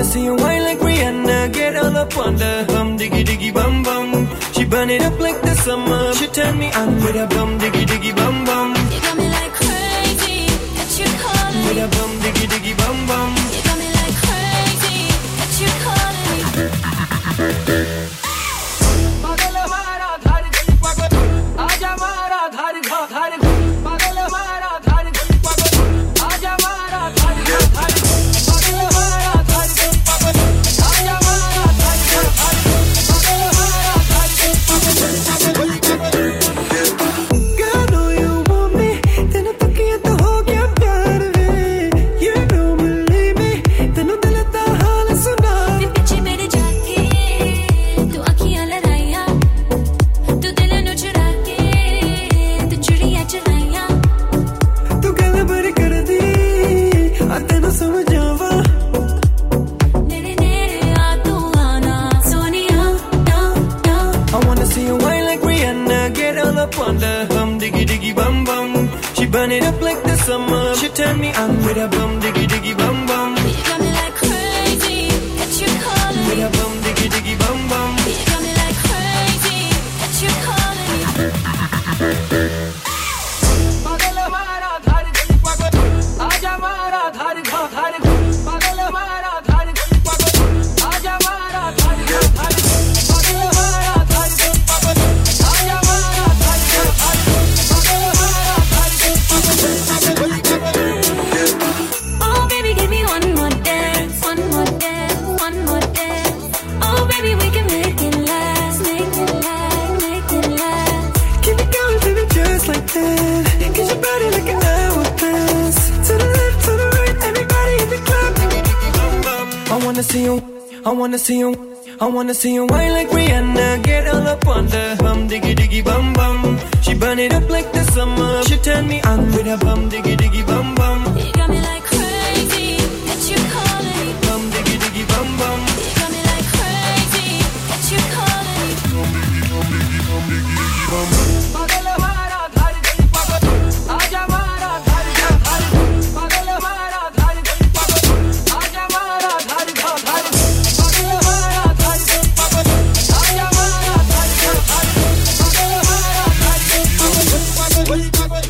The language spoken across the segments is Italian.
wanna see you wine like Rihanna, get all up on the bum diggy diggy bum bum. She burn it up like the summer, she turn me on with a bum diggy diggy bum bum. You got me like crazy, that you calling With me. a bum diggy diggy bum bum. You got me like crazy, that you calling me. Pagal hamara dhar guli pagal, aaja hamara dhar dhar dhar. Pagal hamara dhar guli pagal, aaja hamara dhar dhar dhar. Pagal hamara dhar guli pagal, aaja hamara dhar dhar dhar. Pagal hamara dhar guli pagal. Girl, I know you want me, tenu takiya to ho gaya pyar ve. You don't believe me, tenu dil da haal suna. ते पीछे मेरे जाके तू अखियां लड़ाइयां, तू दिल नू चुरा के तू चुड़ियां चलाइयां. तू गल भर कर दी, आ तेनू समझावा. नेड़े नेड़े आ तू आना सोनिया, ना ना. I wanna see you wine like Rihanna, get all up on the bum diggy diggy bum bum. She burn it up like the summer, she turn me on with a bum diggy diggy bum bum. You got me like crazy, that you calling With me. a bum diggy diggy bum bum. You got me like crazy, that you calling me. Pagal hamara dhar guli pagal, aaja hamara dhar dhar dhar. Pagal hamara dhar guli pagal, aaja hamara dhar dhar dhar. Pagal hamara dhar guli pagal, aaja hamara dhar dhar dhar. Pagal hamara dhar guli pagal. Oh baby, give me one more dance, one more dance, one more dance. Oh baby, we can make it last, make it last, make it last. Keep it going, baby, just like that. Get your body like an hourglass. To the left, to the right, everybody in the club. I wanna see you, I wanna see you, I wanna see you wine like Rihanna. Get all up on the bum diggy diggy bum bum. She burn it up like the summer. She turn me on with a bum diggy diggy bum bum. You got me like crazy, that you calling me. Bum diggy diggy bum bum. You got me like crazy, that you calling me. Pagal hamara dhar guli pagal, aaja hamara dhar dhar dhar. Pagal hamara dhar guli pagal, aaja hamara dhar dhar dhar. Pagal hamara dhar guli pagal, aaja hamara dhar dhar dhar. Pagal hamara dhar guli pagal.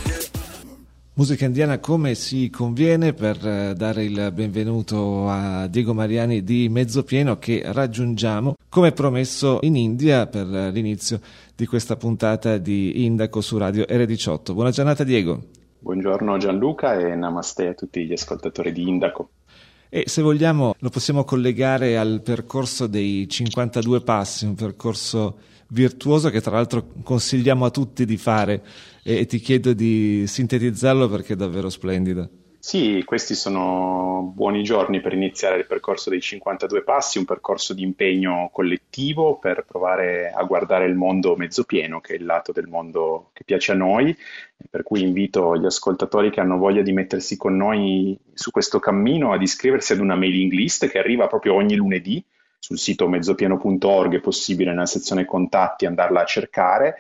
Musica indiana come si conviene per dare il benvenuto a Diego Mariani di Mezzopieno, che raggiungiamo come promesso in India per l'inizio di questa puntata di Indaco su Radio R18. Buona giornata Diego. Buongiorno Gianluca e namaste a tutti gli ascoltatori di Indaco. E se vogliamo lo possiamo collegare al percorso dei 52 passi, un percorso virtuoso che tra l'altro consigliamo a tutti di fare, e ti chiedo di sintetizzarlo perché è davvero splendido. Sì, questi sono buoni giorni per iniziare il percorso dei 52 passi, un percorso di impegno collettivo per provare a guardare il mondo mezzo pieno, che è il lato del mondo che piace a noi, per cui invito gli ascoltatori che hanno voglia di mettersi con noi su questo cammino ad iscriversi ad una mailing list che arriva proprio ogni lunedì. Sul sito mezzopieno.org è possibile nella sezione contatti andarla a cercare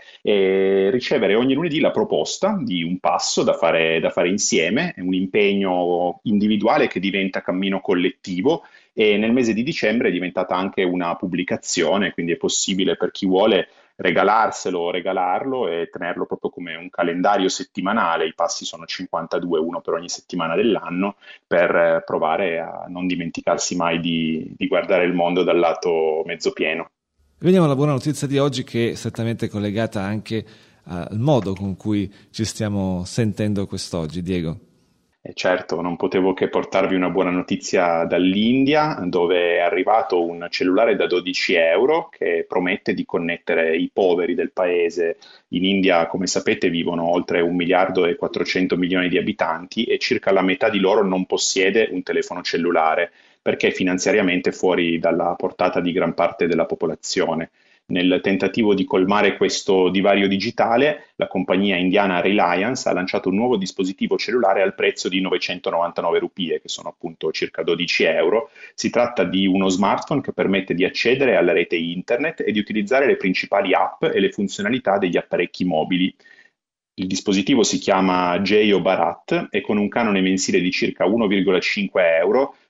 e ricevere ogni lunedì la proposta di un passo da fare insieme. È un impegno individuale che diventa cammino collettivo e nel mese di dicembre è diventata anche una pubblicazione, quindi è possibile per chi vuole regalarselo o regalarlo e tenerlo proprio come un calendario settimanale. I passi sono 52, uno per ogni settimana dell'anno, per provare a non dimenticarsi mai di guardare il mondo dal lato mezzo pieno. Veniamo alla buona notizia di oggi, che è strettamente collegata anche al modo con cui ci stiamo sentendo quest'oggi. Diego. Certo, non potevo che portarvi una buona notizia dall'India, dove è arrivato un cellulare da 12 euro che promette di connettere i poveri del paese. In India, come sapete, vivono oltre 1 miliardo e 400 milioni di abitanti e circa la metà di loro non possiede un telefono cellulare perché finanziariamente fuori dalla portata di gran parte della popolazione. Nel tentativo di colmare questo divario digitale, la compagnia indiana Reliance ha lanciato un nuovo dispositivo cellulare al prezzo di 999 rupie, che sono appunto circa 12 euro. Si tratta di uno smartphone che permette di accedere alla rete internet e di utilizzare le principali app e le funzionalità degli apparecchi mobili. Il dispositivo si chiama Jio Bharat e con un canone mensile di circa 1,5 euro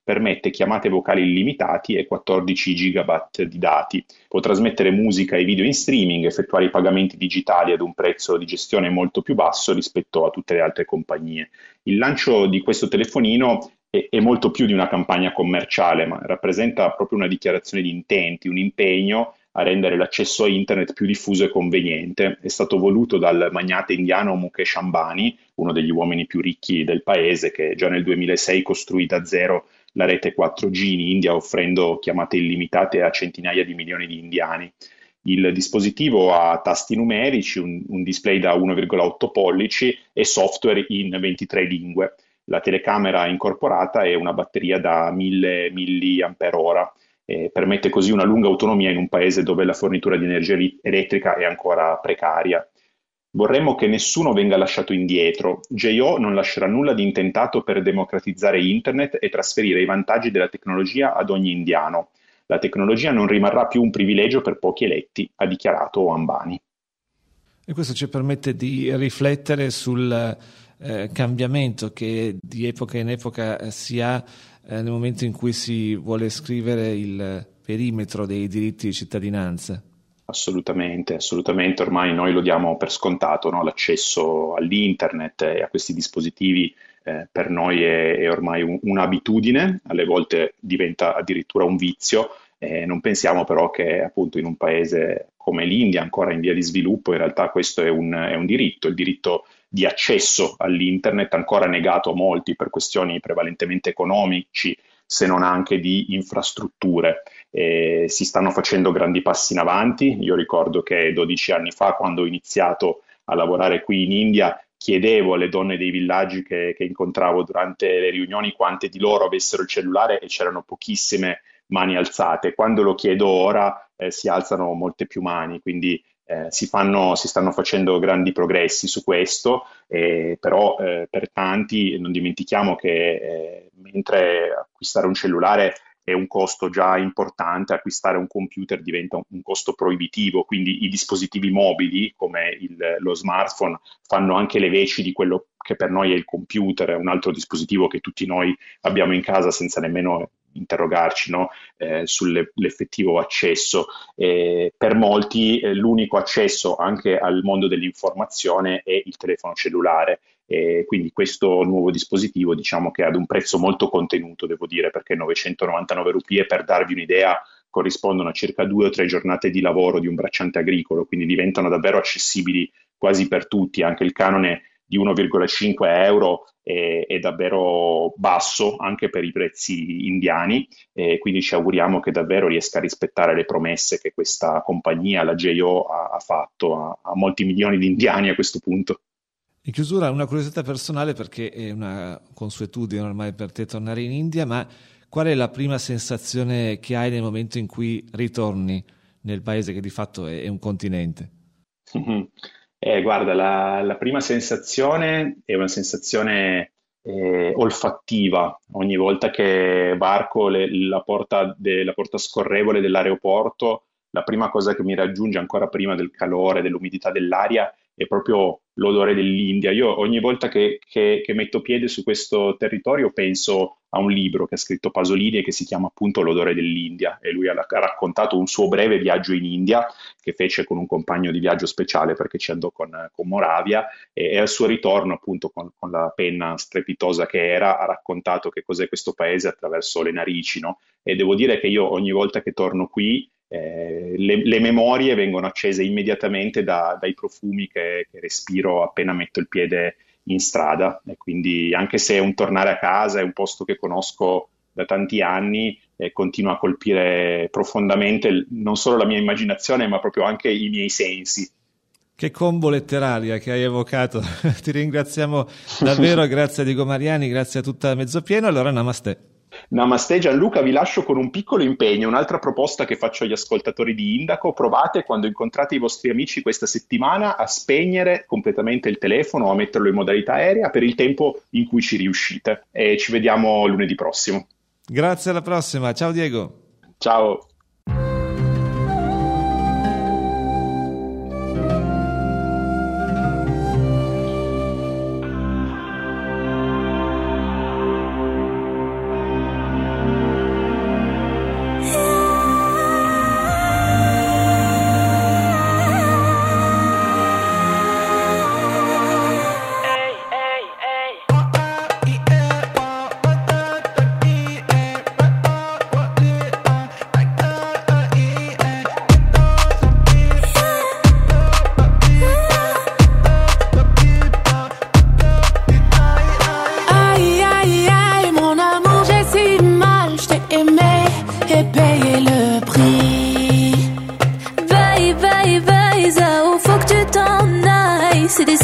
permette chiamate vocali illimitati e 14 gigabyte di dati. Può trasmettere musica e video in streaming, effettuare i pagamenti digitali ad un prezzo di gestione molto più basso rispetto a tutte le altre compagnie. Il lancio di questo telefonino è molto più di una campagna commerciale, ma rappresenta proprio una dichiarazione di intenti, un impegno a rendere l'accesso a internet più diffuso e conveniente. È stato voluto dal magnate indiano Mukesh Ambani, uno degli uomini più ricchi del paese, che già nel 2006 costruì da zero la rete 4G in India, offrendo chiamate illimitate a centinaia di milioni di indiani. Il dispositivo ha tasti numerici, un display da 1,8 pollici e software in 23 lingue. La telecamera incorporata è una batteria da 1000 mAh. Permette così una lunga autonomia in un paese dove la fornitura di energia elettrica è ancora precaria. Vorremmo che nessuno venga lasciato indietro. JO non lascerà nulla di intentato per democratizzare internet e trasferire i vantaggi della tecnologia ad ogni indiano. La tecnologia non rimarrà più un privilegio per pochi eletti, ha dichiarato Ambani. E questo ci permette di riflettere sul cambiamento che di epoca in epoca si ha nel momento in cui si vuole scrivere il perimetro dei diritti di cittadinanza. Assolutamente, assolutamente. Ormai noi lo diamo per scontato, no? L'accesso all'internet e a questi dispositivi per noi è ormai un'abitudine, alle volte diventa addirittura un vizio. Non pensiamo però che appunto in un paese come l'India, ancora in via di sviluppo, in realtà questo è un diritto, il diritto di accesso all'internet, ancora negato a molti per questioni prevalentemente economici, se non anche di infrastrutture. Si stanno facendo grandi passi in avanti. Io ricordo che 12 anni fa, quando ho iniziato a lavorare qui in India, chiedevo alle donne dei villaggi che incontravo durante le riunioni quante di loro avessero il cellulare e c'erano pochissime mani alzate. Quando lo chiedo ora si alzano molte più mani, quindi si stanno facendo grandi progressi su questo, però per tanti non dimentichiamo che mentre acquistare un cellulare è un costo già importante, acquistare un computer diventa un costo proibitivo, quindi i dispositivi mobili come lo smartphone fanno anche le veci di quello che per noi è il computer, è un altro dispositivo che tutti noi abbiamo in casa senza nemmeno interrogarci, no? Sull'effettivo accesso. Per molti l'unico accesso anche al mondo dell'informazione è il telefono cellulare. Quindi questo nuovo dispositivo, diciamo che ad un prezzo molto contenuto, devo dire, perché 999 rupie, per darvi un'idea, corrispondono a circa 2 o 3 giornate di lavoro di un bracciante agricolo, quindi diventano davvero accessibili quasi per tutti. Anche il canone di 1,5 euro è davvero basso anche per i prezzi indiani, quindi ci auguriamo che davvero riesca a rispettare le promesse che questa compagnia, la JO, ha fatto a molti milioni di indiani a questo punto. In chiusura una curiosità personale, perché è una consuetudine ormai per te tornare in India, ma qual è la prima sensazione che hai nel momento in cui ritorni nel paese che di fatto è un continente? Guarda, la prima sensazione è una sensazione olfattiva. Ogni volta che varco la porta scorrevole dell'aeroporto, la prima cosa che mi raggiunge, ancora prima del calore, dell'umidità dell'aria, è proprio l'odore dell'India. Io ogni volta che metto piede su questo territorio penso a un libro che ha scritto Pasolini e che si chiama appunto L'odore dell'India, e lui ha raccontato un suo breve viaggio in India che fece con un compagno di viaggio speciale, perché ci andò con Moravia, e al suo ritorno appunto con la penna strepitosa che era ha raccontato che cos'è questo paese attraverso le narici, no? E devo dire che io ogni volta che torno qui le memorie vengono accese immediatamente dai profumi che respiro appena metto il piede in strada, e quindi anche se è un tornare a casa, è un posto che conosco da tanti anni, continua a colpire profondamente non solo la mia immaginazione ma proprio anche i miei sensi. Che combo letteraria che hai evocato, ti ringraziamo davvero, grazie a Diego Mariani, grazie a tutta Mezzopieno. Allora namaste. Namaste Gianluca, vi lascio con un piccolo impegno, un'altra proposta che faccio agli ascoltatori di Indaco: provate, quando incontrate i vostri amici questa settimana, a spegnere completamente il telefono o a metterlo in modalità aerea per il tempo in cui ci riuscite, e ci vediamo lunedì prossimo. Grazie, alla prossima, ciao Diego. Ciao.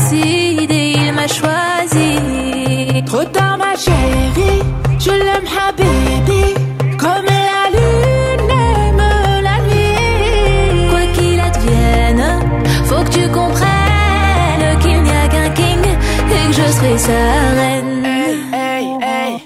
décide et il m'a choisi. Trop tard ma chérie, je l'aime habibi, comme la lune aime la nuit. Quoi qu'il advienne, faut que tu comprennes qu'il n'y a qu'un king et que je serai sa reine. Hey, hey.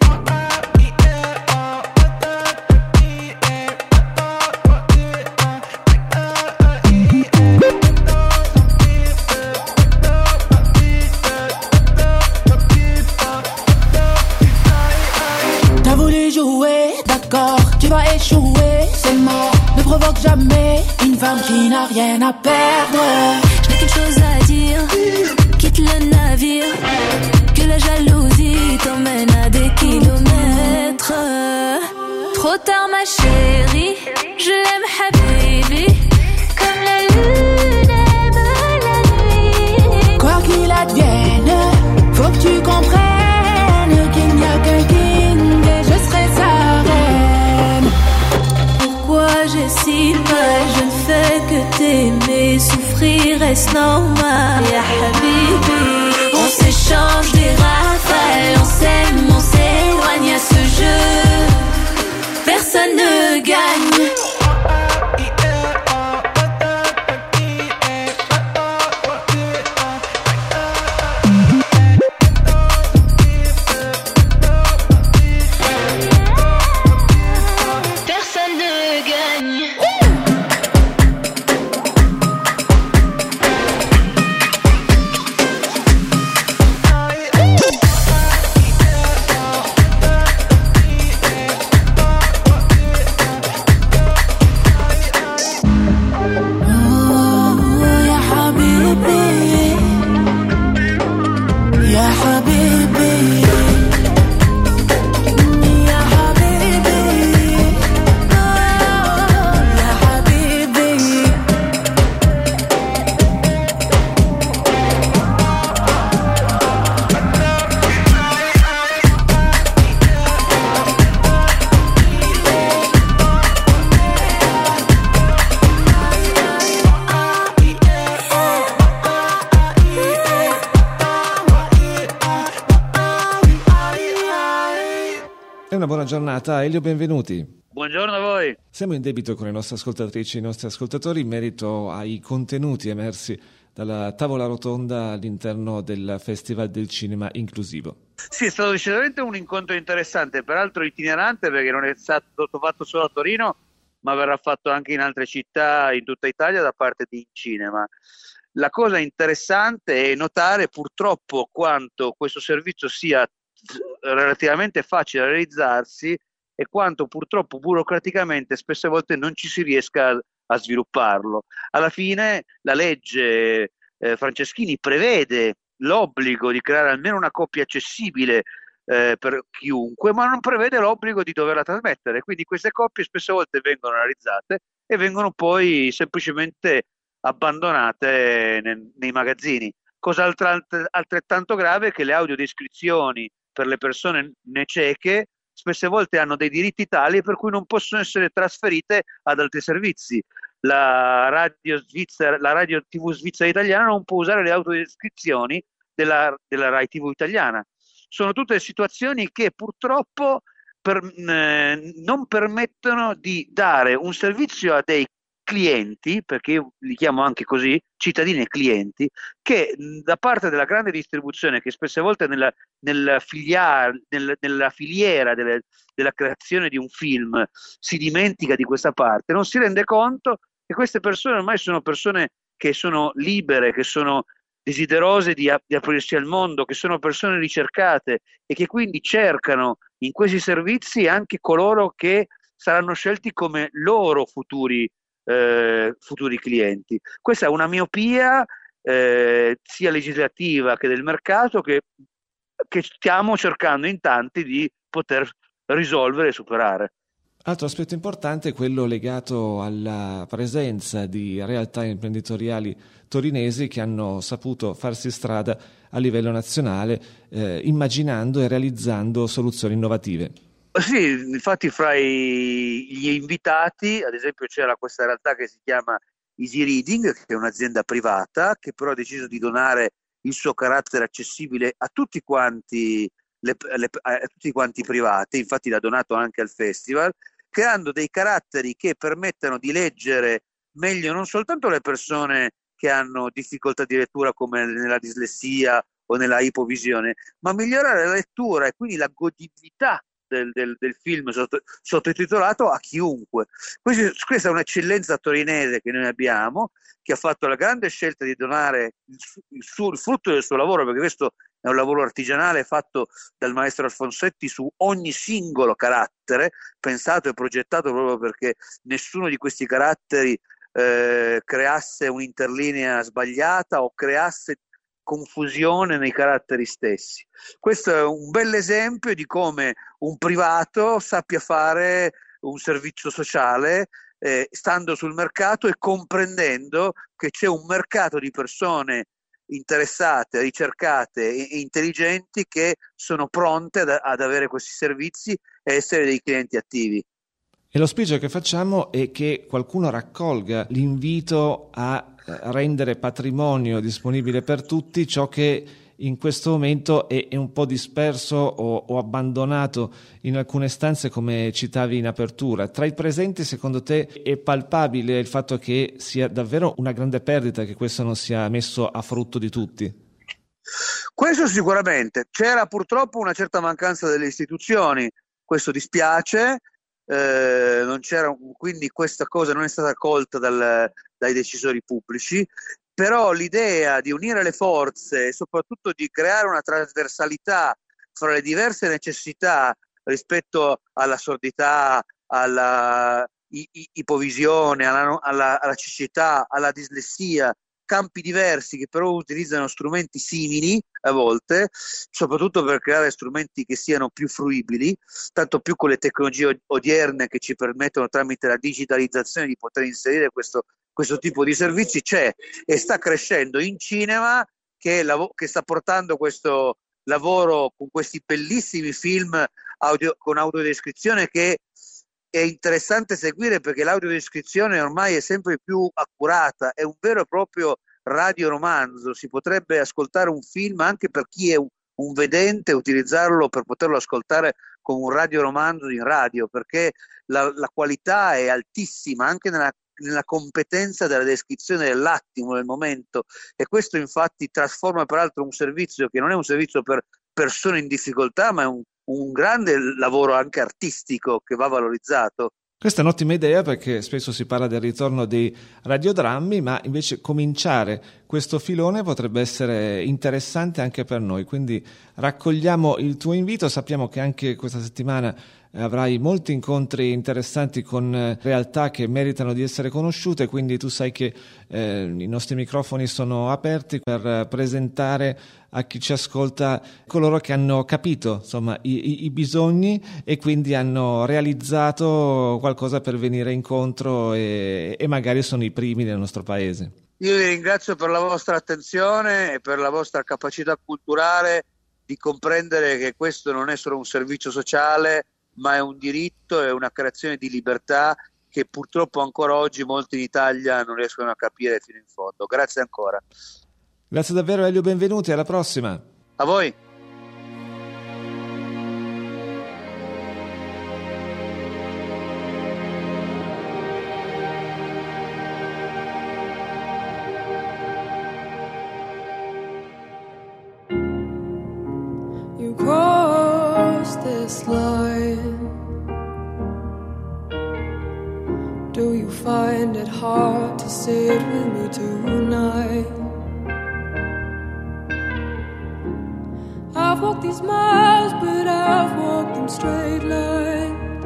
T'as voulu jouer, d'accord, tu vas échouer, c'est mort. Ne provoque jamais une femme qui n'a rien à perdre. Je n'ai qu'une chose à dire, quitte le navire, que la jalousie t'emmène à des kilomètres. Trop tard ma chérie, je l'aime habibi, comme la lune aime la nuit. Quoi qu'il advienne, faut que tu comprennes qu'il n'y a qu'un king et je serai sa reine. Pourquoi j'ai si mal, je ne fais que t'aimer, souffrir est normal, ya habibi. On s'échange des rafales, on s'aime, on s'éloigne à ce jeu, personne ne gagne. Personne ne gagne. يا حبيبي يا حبيبي يا حبيبي يا حبيبي. È una buona giornata, Elio, benvenuti. Buongiorno a voi. Siamo in debito con le nostre ascoltatrici e i nostri ascoltatori in merito ai contenuti emersi dalla tavola rotonda all'interno del Festival del Cinema Inclusivo. Sì, è stato decisamente un incontro interessante, peraltro itinerante, perché non è stato fatto solo a Torino, ma verrà fatto anche in altre città in tutta Italia da parte di Cinema. La cosa interessante è notare purtroppo quanto questo servizio sia relativamente facile da realizzarsi e quanto purtroppo burocraticamente spesse volte non ci si riesca a svilupparlo. Alla fine la legge Franceschini prevede l'obbligo di creare almeno una copia accessibile per chiunque, ma non prevede l'obbligo di doverla trasmettere, quindi queste coppie spesse volte vengono realizzate e vengono poi semplicemente abbandonate nei magazzini. Cosa altrettanto grave è che le audiodescrizioni per le persone cieche spesse volte hanno dei diritti tali per cui non possono essere trasferite ad altri servizi. La radio TV svizzera italiana non può usare le audiodescrizioni della Rai TV italiana. Sono tutte situazioni che purtroppo non permettono di dare un servizio a dei clienti, perché io li chiamo anche così, cittadini e clienti, che da parte della grande distribuzione, che spesse volte nella filiera della creazione di un film si dimentica di questa parte, non si rende conto che queste persone ormai sono persone che sono libere, che sono desiderose di aprirsi al mondo, che sono persone ricercate e che quindi cercano in questi servizi anche coloro che saranno scelti come loro futuri clienti. Questa è una miopia sia legislativa che del mercato che stiamo cercando in tanti di poter risolvere e superare. Altro aspetto importante è quello legato alla presenza di realtà imprenditoriali torinesi che hanno saputo farsi strada a livello nazionale, immaginando e realizzando soluzioni innovative. Sì, infatti fra gli invitati, ad esempio, c'era questa realtà che si chiama Easy Reading, che è un'azienda privata, che però ha deciso di donare il suo carattere accessibile a tutti quanti a tutti quanti i privati, infatti l'ha donato anche al festival, creando dei caratteri che permettano di leggere meglio non soltanto le persone che hanno difficoltà di lettura come nella dislessia o nella ipovisione, ma migliorare la lettura e quindi la godibilità del film sottotitolato a chiunque. Questa è un'eccellenza torinese che noi abbiamo, che ha fatto la grande scelta di donare il frutto del suo lavoro, perché questo è un lavoro artigianale fatto dal maestro Alfonsetti su ogni singolo carattere, pensato e progettato proprio perché nessuno di questi caratteri creasse un'interlinea sbagliata o creasse confusione nei caratteri stessi. Questo è un bel esempio di come un privato sappia fare un servizio sociale stando sul mercato e comprendendo che c'è un mercato di persone interessate, ricercate e intelligenti che sono pronte ad avere questi servizi e essere dei clienti attivi. E l'auspicio che facciamo è che qualcuno raccolga l'invito a rendere patrimonio disponibile per tutti ciò che in questo momento è un po' disperso o abbandonato in alcune stanze, come citavi in apertura. Tra i presenti, secondo te, è palpabile il fatto che sia davvero una grande perdita che questo non sia messo a frutto di tutti? Questo sicuramente. C'era purtroppo una certa mancanza delle istituzioni, questo dispiace. Non c'era, quindi questa cosa non è stata accolta dai decisori pubblici, però l'idea di unire le forze e soprattutto di creare una trasversalità fra le diverse necessità rispetto alla sordità, alla ipovisione, alla cecità, alla dislessia, campi diversi che però utilizzano strumenti simili a volte, soprattutto per creare strumenti che siano più fruibili, tanto più con le tecnologie odierne che ci permettono tramite la digitalizzazione di poter inserire questo tipo di servizi. C'è e sta crescendo in cinema che sta portando questo lavoro con questi bellissimi film con audiodescrizione che è interessante seguire, perché l'audiodescrizione ormai è sempre più accurata, è un vero e proprio radioromanzo. Si potrebbe ascoltare un film anche per chi è un vedente, utilizzarlo per poterlo ascoltare con un radioromanzo in radio, perché la qualità è altissima anche nella competenza della descrizione dell'attimo, del momento, e questo infatti trasforma peraltro un servizio che non è un servizio per persone in difficoltà, ma è un grande lavoro anche artistico che va valorizzato. Questa è un'ottima idea, perché spesso si parla del ritorno dei radiodrammi, ma invece cominciare questo filone potrebbe essere interessante anche per noi. Quindi raccogliamo il tuo invito. Sappiamo che anche questa settimana avrai molti incontri interessanti con realtà che meritano di essere conosciute, quindi tu sai che i nostri microfoni sono aperti per presentare a chi ci ascolta coloro che hanno capito insomma i bisogni e quindi hanno realizzato qualcosa per venire incontro e magari sono i primi nel nostro paese. Io vi ringrazio per la vostra attenzione e per la vostra capacità culturale di comprendere che questo non è solo un servizio sociale, ma è un diritto, è una creazione di libertà che purtroppo ancora oggi molti in Italia non riescono a capire fino in fondo. Grazie ancora. Grazie davvero Elio, benvenuti, alla prossima. A voi. You cross this line. Do you find it hard to sit with me tonight? I've walked these miles, but I've walked them straight line.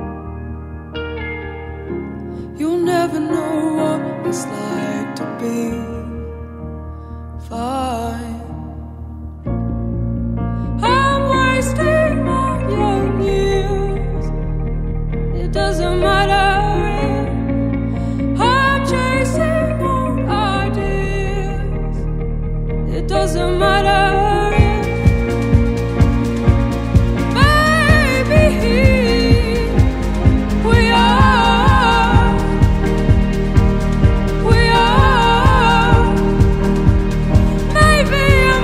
You'll never know what it's like to be fine. I'm wasting my young years. It doesn't matter if I'm chasing old ideas. It doesn't matter. Maybe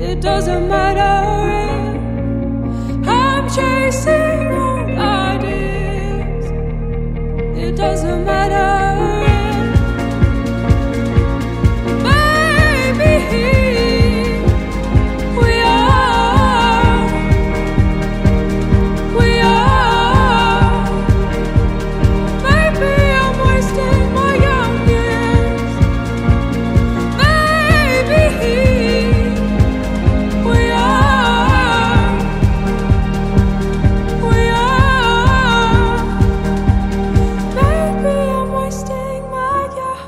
It doesn't matter if I'm chasing old ideas. It doesn't matter if, baby, we are. Maybe I'm wasting my young years. Maybe we are. Maybe I'm wasting my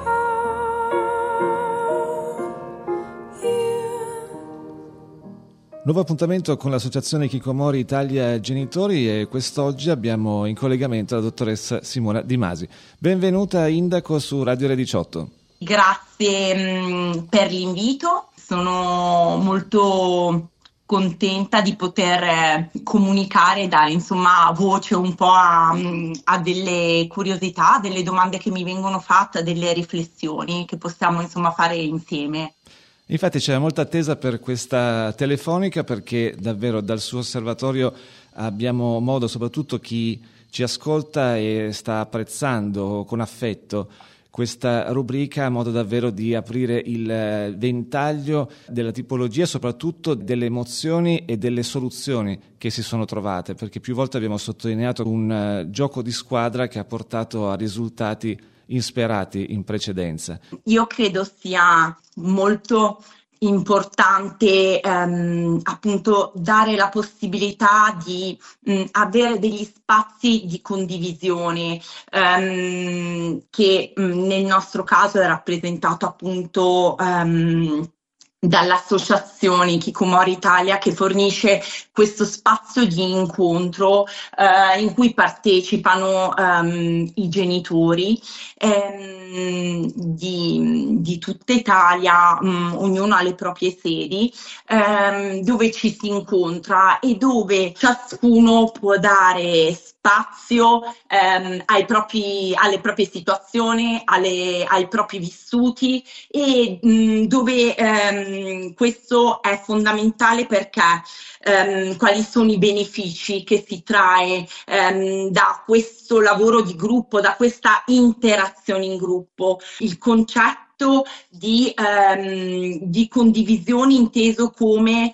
young years. Nuovo appuntamento con l'associazione Hikikomori Italia Genitori e quest'oggi abbiamo in collegamento la dottoressa Simona Di Masi. Benvenuta Indaco su Radio Re 18. Grazie per l'invito, sono molto contenta di poter comunicare e dare insomma voce un po' a delle curiosità, delle domande che mi vengono fatte, delle riflessioni che possiamo insomma fare insieme. Infatti c'è molta attesa per questa telefonica perché davvero dal suo osservatorio abbiamo modo, soprattutto chi ci ascolta e sta apprezzando con affetto questa rubrica, a modo davvero di aprire il ventaglio della tipologia, soprattutto delle emozioni e delle soluzioni che si sono trovate, perché più volte abbiamo sottolineato un gioco di squadra che ha portato a risultati insperati in precedenza. Io credo sia molto importante appunto dare la possibilità di avere degli spazi di condivisione che nel nostro caso è rappresentato appunto dall'associazione Hikikomori Italia, che fornisce questo spazio di incontro in cui partecipano i genitori di tutta Italia, ognuno ha le proprie sedi, dove ci si incontra e dove ciascuno può dare spazio alle proprie situazioni, ai propri vissuti e dove questo è fondamentale perché quali sono i benefici che si trae da questo lavoro di gruppo, da questa interazione in gruppo. Il concetto di condivisione inteso come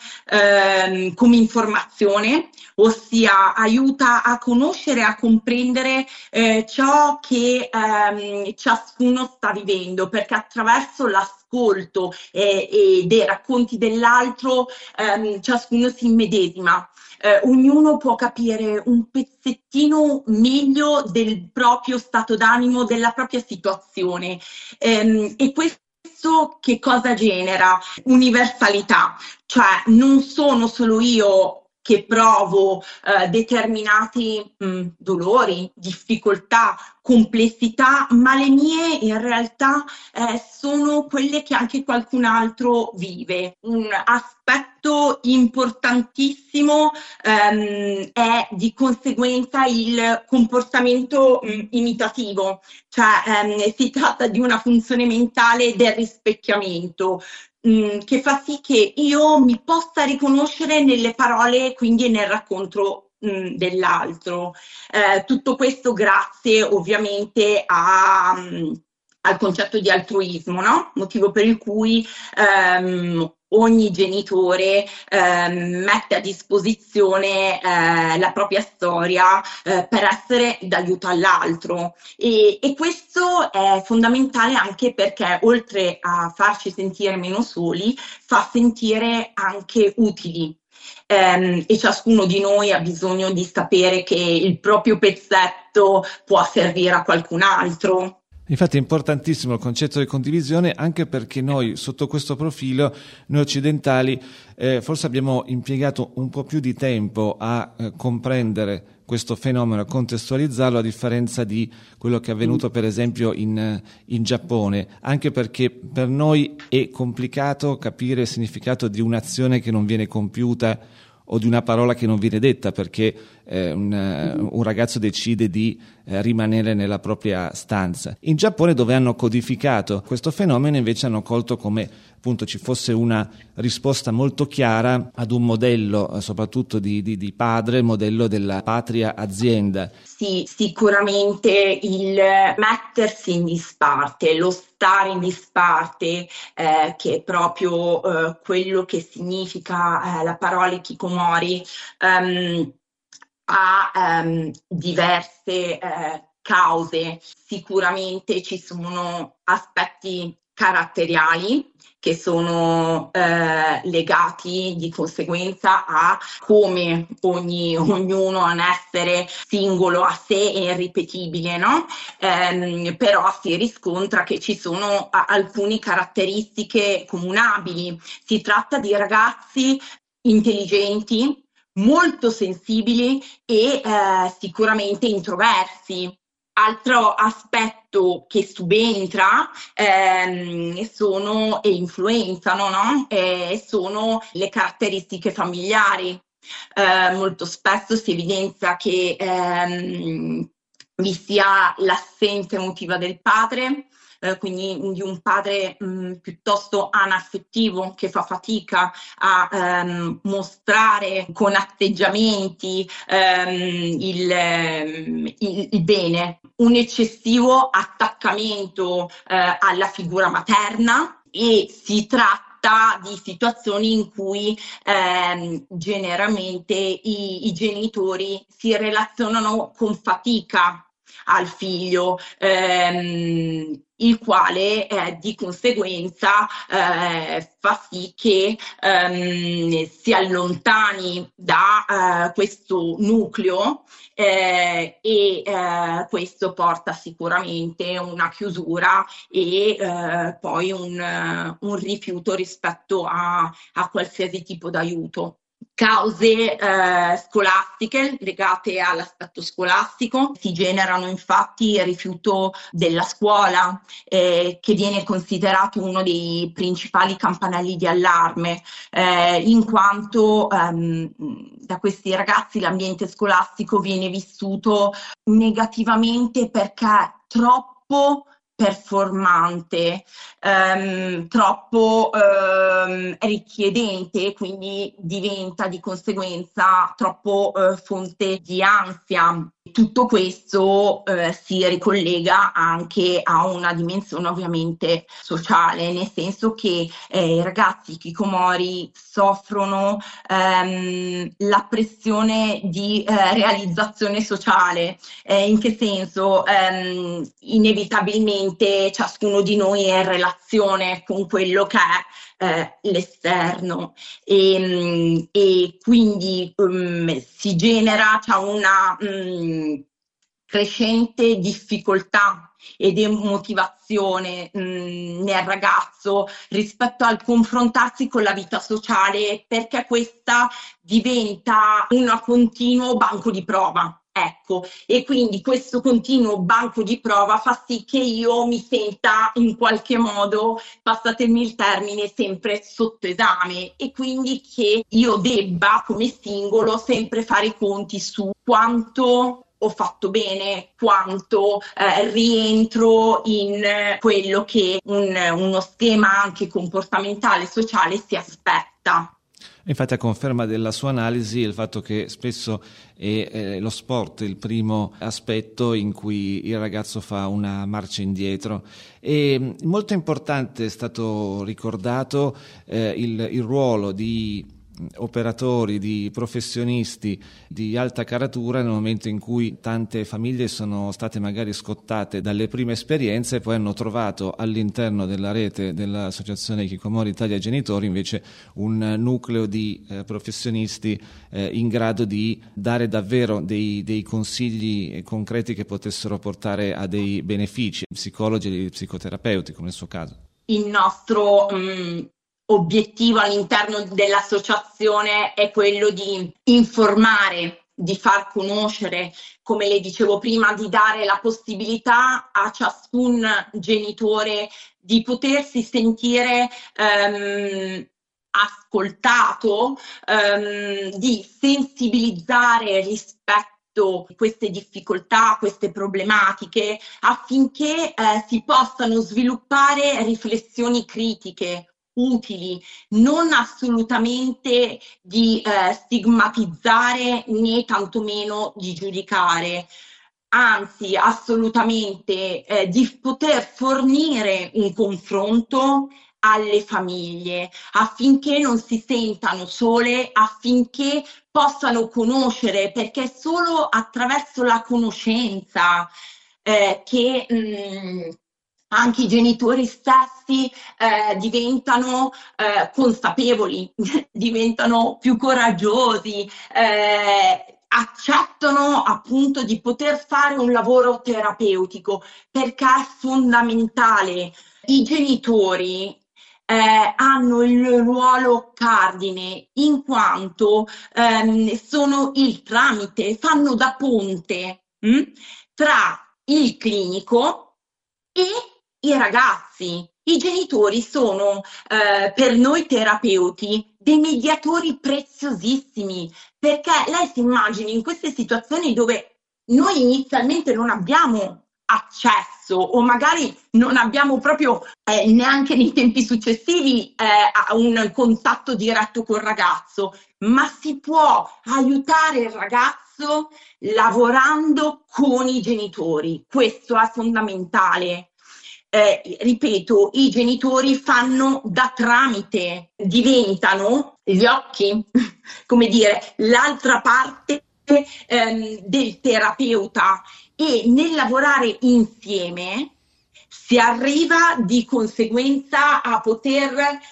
informazione, ossia aiuta a conoscere, a comprendere ciò che ciascuno sta vivendo, perché attraverso l'ascolto e dei racconti dell'altro ciascuno si immedesima. Ognuno può capire un pezzettino meglio del proprio stato d'animo, della propria situazione e questo che cosa genera? Universalità, cioè non sono solo io che provo determinati dolori, difficoltà, complessità, ma le mie in realtà sono quelle che anche qualcun altro vive. Un aspetto importantissimo è di conseguenza il comportamento imitativo, cioè si tratta di una funzione mentale del rispecchiamento, che fa sì che io mi possa riconoscere nelle parole, quindi nel racconto dell'altro. Tutto questo grazie ovviamente al concetto di altruismo, no? Motivo per il cui ogni genitore mette a disposizione la propria storia per essere d'aiuto all'altro e questo è fondamentale anche perché oltre a farci sentire meno soli, fa sentire anche utili. E ciascuno di noi ha bisogno di sapere che il proprio pezzetto può servire a qualcun altro. Infatti è importantissimo il concetto di condivisione, anche perché noi sotto questo profilo, noi occidentali, forse abbiamo impiegato un po' più di tempo a comprendere questo fenomeno, a contestualizzarlo, a differenza di quello che è avvenuto per esempio in Giappone, anche perché per noi è complicato capire il significato di un'azione che non viene compiuta o di una parola che non viene detta, perché un ragazzo decide di rimanere nella propria stanza. In Giappone, dove hanno codificato questo fenomeno, invece hanno colto come appunto ci fosse una risposta molto chiara ad un modello soprattutto di padre, il modello della patria azienda. Sì, sicuramente il mettersi in disparte, lo stare in disparte, che è proprio quello che significa la parola hikikomori, ha diverse cause. Sicuramente ci sono aspetti caratteriali che sono legati di conseguenza a come ognuno è un essere singolo a sé e irripetibile, no? Però si riscontra che ci sono alcune caratteristiche comunabili. Si tratta di ragazzi intelligenti, molto sensibili e sicuramente introversi. Altro aspetto che subentra sono e influenzano, no? Sono le caratteristiche familiari. Molto spesso si evidenzia che vi sia l'assenza emotiva del padre, quindi di un padre piuttosto anaffettivo che fa fatica a mostrare con atteggiamenti il bene, un eccessivo attaccamento alla figura materna, e si tratta di situazioni in cui generalmente i genitori si relazionano con fatica al figlio, il quale di conseguenza fa sì che si allontani da questo nucleo, e questo porta sicuramente una chiusura e poi un rifiuto rispetto a qualsiasi tipo d'aiuto. Cause scolastiche legate all'aspetto scolastico: si generano infatti il rifiuto della scuola, che viene considerato uno dei principali campanelli di allarme, in quanto da questi ragazzi l'ambiente scolastico viene vissuto negativamente perché troppo performante, troppo richiedente, quindi diventa di conseguenza troppo fonte di ansia. Tutto questo si ricollega anche a una dimensione ovviamente sociale, nel senso che i ragazzi hikikomori soffrono la pressione di realizzazione sociale. In che senso? Inevitabilmente ciascuno di noi è in relazione con quello che è l'esterno, e quindi si genera una crescente difficoltà e demotivazione nel ragazzo rispetto al confrontarsi con la vita sociale, perché questa diventa un continuo banco di prova. Ecco, e quindi questo continuo banco di prova fa sì che io mi senta in qualche modo, passatemi il termine, sempre sotto esame, e quindi che io debba come singolo sempre fare i conti su quanto ho fatto bene, quanto rientro in quello che uno schema anche comportamentale sociale si aspetta. Infatti, a conferma della sua analisi, il fatto che spesso è lo sport il primo aspetto in cui il ragazzo fa una marcia indietro. E molto importante è stato ricordato il ruolo di operatori, di professionisti di alta caratura nel momento in cui tante famiglie sono state magari scottate dalle prime esperienze e poi hanno trovato all'interno della rete dell'Associazione Hikikomori Italia Genitori invece un nucleo di professionisti in grado di dare davvero dei consigli concreti che potessero portare a dei benefici, psicologi e psicoterapeuti come nel suo caso. Il nostro obiettivo all'interno dell'associazione è quello di informare, di far conoscere, come le dicevo prima, di dare la possibilità a ciascun genitore di potersi sentire ascoltato, di sensibilizzare rispetto a queste difficoltà, queste problematiche, affinché si possano sviluppare riflessioni critiche utili, non assolutamente di stigmatizzare né tantomeno di giudicare, anzi assolutamente di poter fornire un confronto alle famiglie affinché non si sentano sole, affinché possano conoscere, perché è solo attraverso la conoscenza che anche i genitori stessi diventano consapevoli, diventano più coraggiosi, accettano appunto di poter fare un lavoro terapeutico, perché è fondamentale. I genitori hanno il ruolo cardine in quanto sono il tramite, fanno da ponte tra il clinico e i ragazzi. I genitori sono per noi terapeuti dei mediatori preziosissimi, perché lei si immagini in queste situazioni dove noi inizialmente non abbiamo accesso o magari non abbiamo proprio neanche nei tempi successivi a un contatto diretto col ragazzo, ma si può aiutare il ragazzo lavorando con i genitori. Questo è fondamentale. Ripeto, i genitori fanno da tramite, diventano gli occhi, come dire, l'altra parte del terapeuta, e nel lavorare insieme si arriva di conseguenza a poter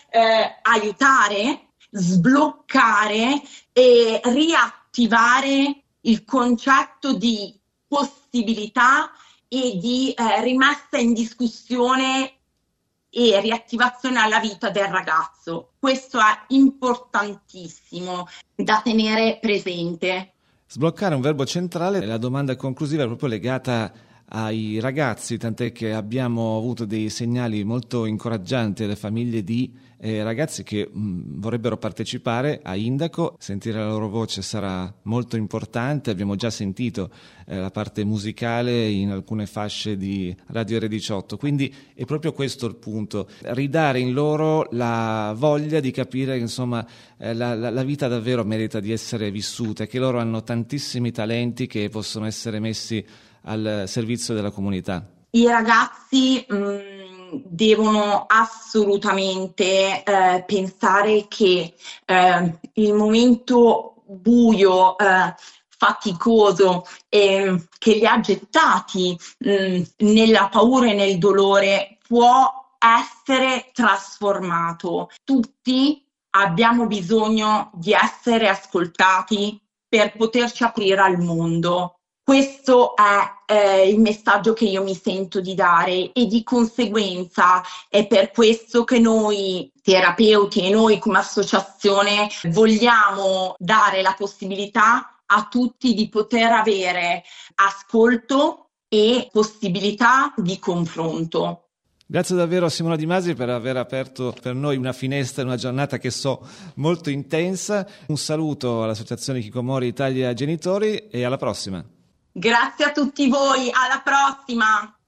aiutare, sbloccare e riattivare il concetto di possibilità e di rimessa in discussione e riattivazione alla vita del ragazzo. Questo è importantissimo da tenere presente. Sbloccare è un verbo centrale, la domanda conclusiva è proprio legata ai ragazzi, tant'è che abbiamo avuto dei segnali molto incoraggianti alle famiglie di ragazzi che vorrebbero partecipare a Indaco. Sentire la loro voce sarà molto importante. Abbiamo già sentito la parte musicale in alcune fasce di Radio R18, quindi è proprio questo il punto: ridare in loro la voglia di capire che insomma la vita davvero merita di essere vissuta, che loro hanno tantissimi talenti che possono essere messi al servizio della comunità. I ragazzi devono assolutamente pensare che il momento buio, faticoso, che li ha gettati nella paura e nel dolore può essere trasformato. Tutti abbiamo bisogno di essere ascoltati per poterci aprire al mondo. Questo è il messaggio che io mi sento di dare, e di conseguenza è per questo che noi terapeuti e noi come associazione vogliamo dare la possibilità a tutti di poter avere ascolto e possibilità di confronto. Grazie davvero a Simona Di Masi per aver aperto per noi una finestra in una giornata che so molto intensa. Un saluto all'Associazione Hikikomori Italia Genitori e alla prossima. Grazie a tutti voi, alla prossima!